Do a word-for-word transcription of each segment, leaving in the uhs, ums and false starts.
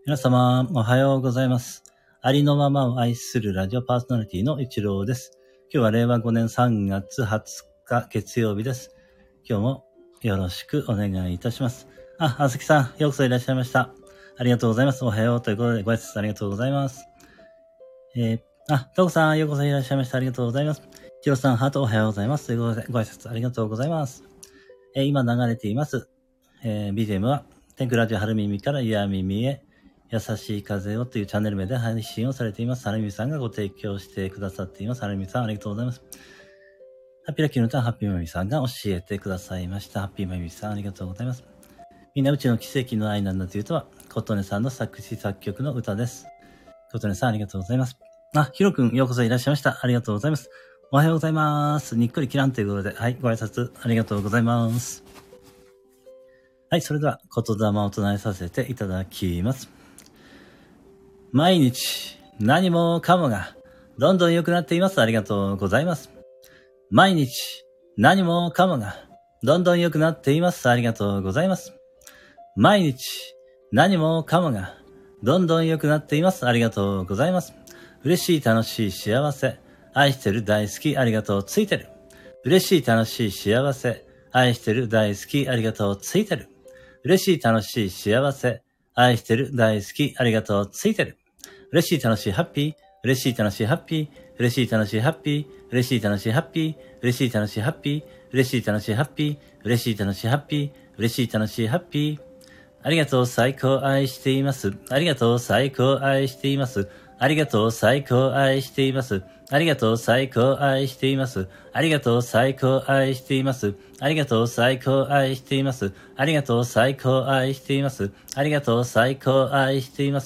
皆様、おはようございます。ありのままを愛するラジオパーソナリティの一郎です。今日はれいわごねんさんがつはつか月曜日です。今日もよろしくお願いいたします。あ、あずきさん、ようこそいらっしゃいました。ありがとうございます。おはようということでご挨拶ありがとうございます。えー、あ、とこさん、ようこそいらっしゃいました。ありがとうございます。ひろさん、ハートおはようございます。ということでご挨拶ありがとうございます。えー、今流れています、えー、ビージーエム は天空ラジオ春耳からイヤー耳へ優しい風をというチャンネル名で配信をされています。春耳さんがご提供してくださっています。春耳さんありがとうございます。ハッピーラッキーの歌はハッピーマミさんが教えてくださいました。ハッピーマミさんありがとうございます。みんなうちの奇跡の愛なんだというとは、琴音さんの作詞作曲の歌です。琴音さんありがとうございます。あ、ひろくんようこそいらっしゃいました。ありがとうございます。おはようございます。にっくりキランということで、はい、ご挨拶ありがとうございます。はい、それでは言霊を唱えさせていただきます。毎日何もかもがどんどん良くなっています。ありがとうございます。毎日何もかもがどんどん良くなっています。ありがとうございます。毎日何もかもがどんどん良くなっています。ありがとうございます。嬉しい、楽しい、幸せ、愛してる、大好き、ありがとう、ついてる。嬉しい、楽しい、幸せ、愛してる、大好き、ありがとう、ついてる。嬉しい、楽しい、幸せ、愛してる、大好き、ありがとう、ついてる。嬉しい、楽しい、ハッピー。嬉しい、楽しい、ハッピー。嬉しい、楽しい、ハッピー。嬉しい、楽しい、ハッピー。嬉しい、楽しい、ハッピー。嬉しい、楽しい、ハッピー。嬉しい、楽しい、ハッピー。嬉しい、楽しい、ハッピー。ありがとう、最高、愛しています。ありがとう、最高、愛しています。ありがとう、最高、愛しています。ありがとう、最高、愛しています。ありがとう、最高、愛しています。ありがとう、最高、愛しています。ありがとう、最高、愛しています。ありがとう、最高、愛しています。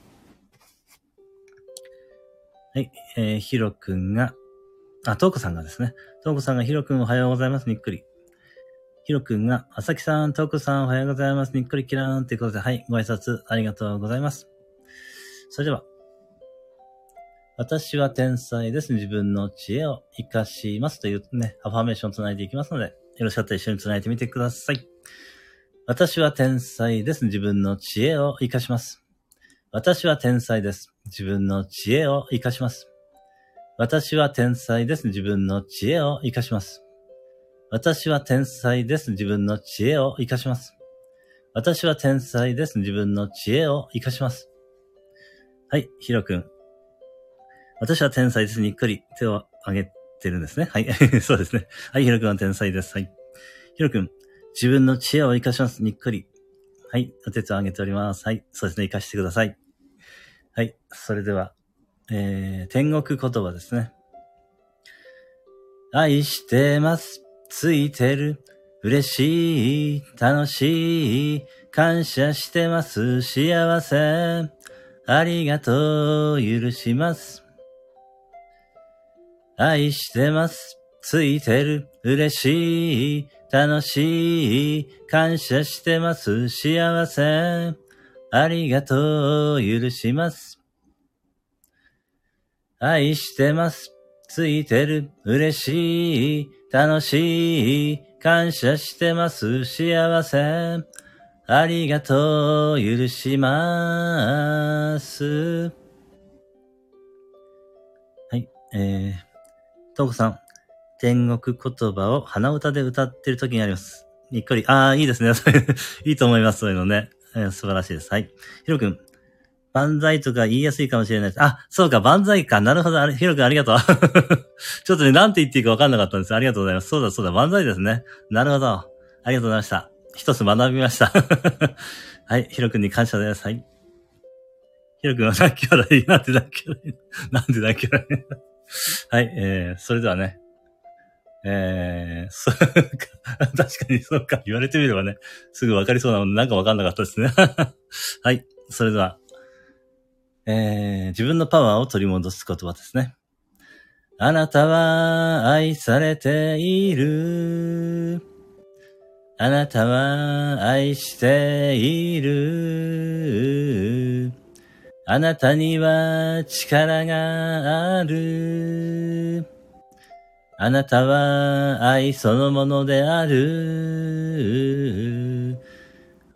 はい、えー、ひろくんが、あ、とうこさんがですね。とうこさんがひろくんおはようございます。にっくり。ひろくんが、あさきさん、とうこさんおはようございます。にっくりキラーンということで、はい、ご挨拶ありがとうございます。それでは、私は天才です。自分の知恵を活かしますというね、アファーメーションを唱えていきますので、よろしかったら一緒に唱えてみてください。私は天才です。自分の知恵を活かします。私は天才です。自分の知恵を活かします。私は天才です。自分の知恵を活かします。私は天才です。自分の知恵を活かします。私は天才です。自分の知恵を活かします。はい、ひろくん。私は天才です。にっくり手を挙げてるんですね。はい、そうですね。はい、ひろくんは天才です。はい。ひろくん、自分の知恵を活かします。にっくり。はい、お手を挙げております。はい、そうですね。活かしてください。はい、それでは、えー、天国言葉ですね。愛してます。ついてる。嬉しい。楽しい。感謝してます。幸せ。ありがとう。許します。愛してます。ついてる。嬉しい。楽しい。感謝してます。幸せ。ありがとう。許します。愛してます。ついてる。嬉しい。楽しい。感謝してます。幸せ。ありがとう。許します。はい。えー、とうこさん。天国言葉を鼻歌で歌ってる時にあります。にっこり。あー、いいですね。いいと思います。そういうのね。えー、素晴らしいです。はい。ひろくん。万歳とか言いやすいかもしれないです。あ、そうか、万歳か。なるほど。あれ、ひろくんありがとう。ちょっとね、なんて言っていいか分かんなかったんです。ありがとうございます。そうだ、そうだ、万歳ですね。なるほど。ありがとうございました。一つ学びました。はい、ひろくんに感謝です。はい。ひろくんは泣き笑い。なんで泣き笑い。なんで泣き笑い。はい、えー、それではね。えー、そうか、確かにそうか、言われてみればね、すぐ分かりそうなので、なんか分かんなかったですね。はい、それでは、えー、自分のパワーを取り戻す言葉ですね。あなたは愛されている。あなたは愛している。あなたには力がある。あなたは愛そのものである。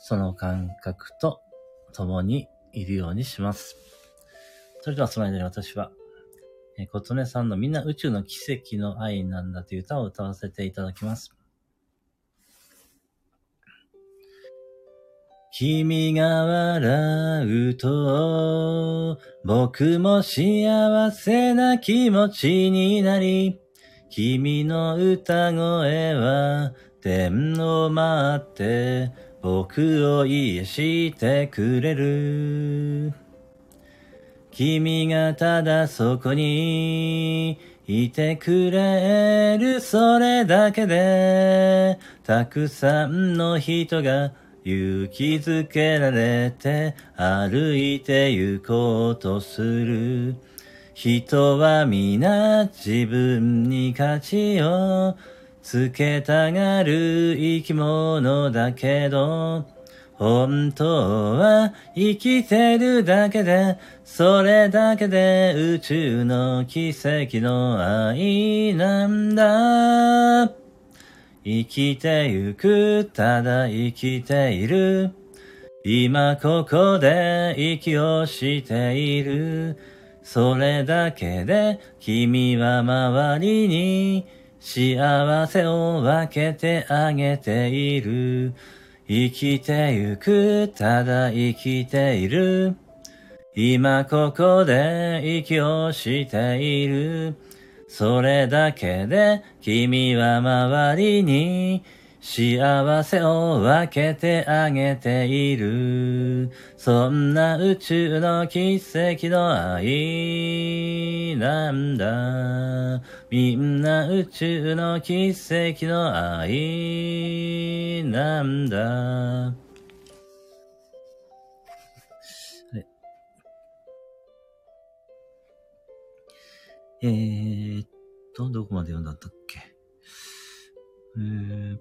その感覚と共にいるようにします。それではその間に私は、えー、琴音さんのみんな宇宙の奇跡の愛なんだという歌を歌わせていただきます。君が笑うと僕も幸せな気持ちになり、君の歌声は天を待って僕を癒してくれる。君がただそこにいてくれる、それだけでたくさんの人が勇気づけられて歩いて行こうとする。人は皆自分に価値をつけたがる生き物だけど、本当は生きてるだけで、それだけで宇宙の奇跡の愛なんだ。生きてゆく、ただ生きている。今ここで息をしている。それだけで君は周りに幸せを分けてあげている。生きてゆく、ただ生きている。今ここで息をしている。それだけで君は周りに幸せを分けてあげている。そんな宇宙の奇跡の愛なんだ。みんな宇宙の奇跡の愛なんだ。えーっと、どこまで読んだったっけ。えー、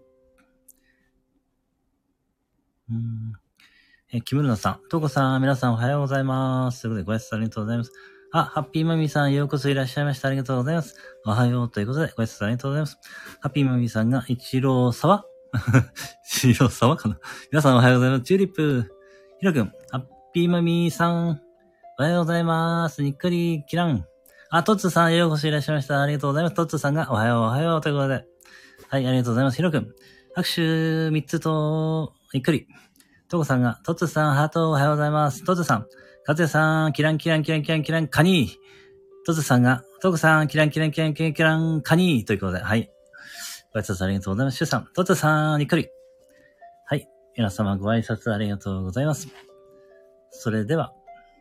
うーんえ、キムルナさん、トコさん、皆さんおはようございます。ということで、ご挨拶ありがとうございます。あ、ハッピーマミーさん、ようこそいらっしゃいました。ありがとうございます。おはようということで、ご挨拶ありがとうございます。ハッピーマミーさんが、一郎沢一郎沢かな。皆さんおはようございます。チューリップ。ひろくん、ハッピーマミーさん、おはようございます。にっくりキラン。あ、トッツさん、ようこそいらっしゃいました。ありがとうございます。トッツさんが、おはよう、おはようということで。はい、ありがとうございます。ひろくん、拍手みっつと、にっくり。トコさんが、トツさん、ハートおはようございます。トツさん、カツヤさん、キランキランキランキランキランカニー。トツさんが、トコさん、キランキランキランキランキランカニー。ということで、はい。ご挨拶ありがとうございます。シュウさん、トツさん、にっくり。はい。皆様ご挨拶ありがとうございます。それでは、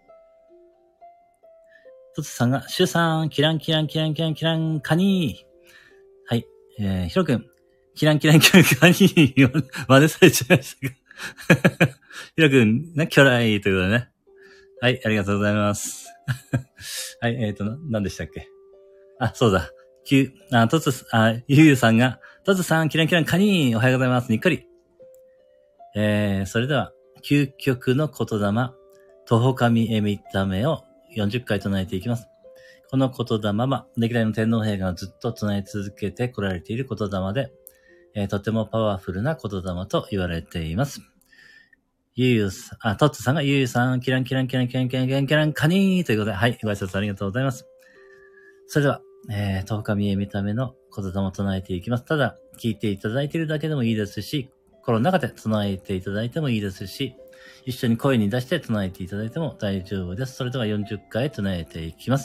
トツさんが、シュウさん、キランキランキランキランキランカニー。はい。えー、ヒロ君、キランキランキランカニーを真似されちゃいましたが。ひろくん、ね、キョライということでね。はい、ありがとうございます。はい、えっ、ー、と、何でしたっけ。あ、そうだ。きゅあ、とつ、あ、ゆうゆうさんが、とつさん、キランキランカニー、おはようございます。にっくり。えー、それでは、究極の言霊、徒歩神えみためをよんじゅっかい唱えていきます。この言霊は、歴代の天皇陛下がずっと唱え続けて来られている言霊で、えー、とてもパワフルな言霊と言われています。ゆうゆうさん、あ、トッツさんがゆうゆうさん、キランキランキランキランキランキランキランカニーということで、はい、ご挨拶ありがとうございます。それでは、えー、とおかみえ見た目の言霊を唱えていきます。ただ、聞いていただいているだけでもいいですし、心の中で唱えていただいてもいいですし、一緒に声に出して唱えていただいても大丈夫です。それではよんじゅっかい唱えていきます。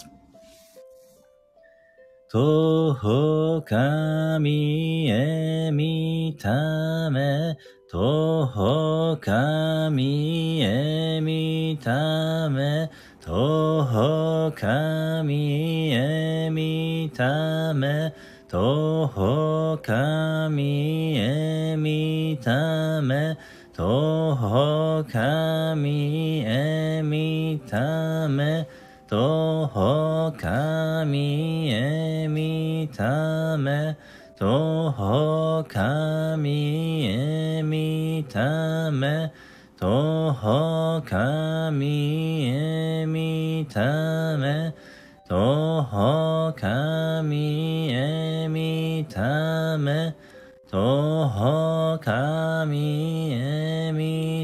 とほかみえみため、とほかみえみため、とほかみえみため、とほかみえみため、とほかみえみため、とほかみえみため、とほかみえみため、とほかみえみため、とほかみえみため、とほかみえみ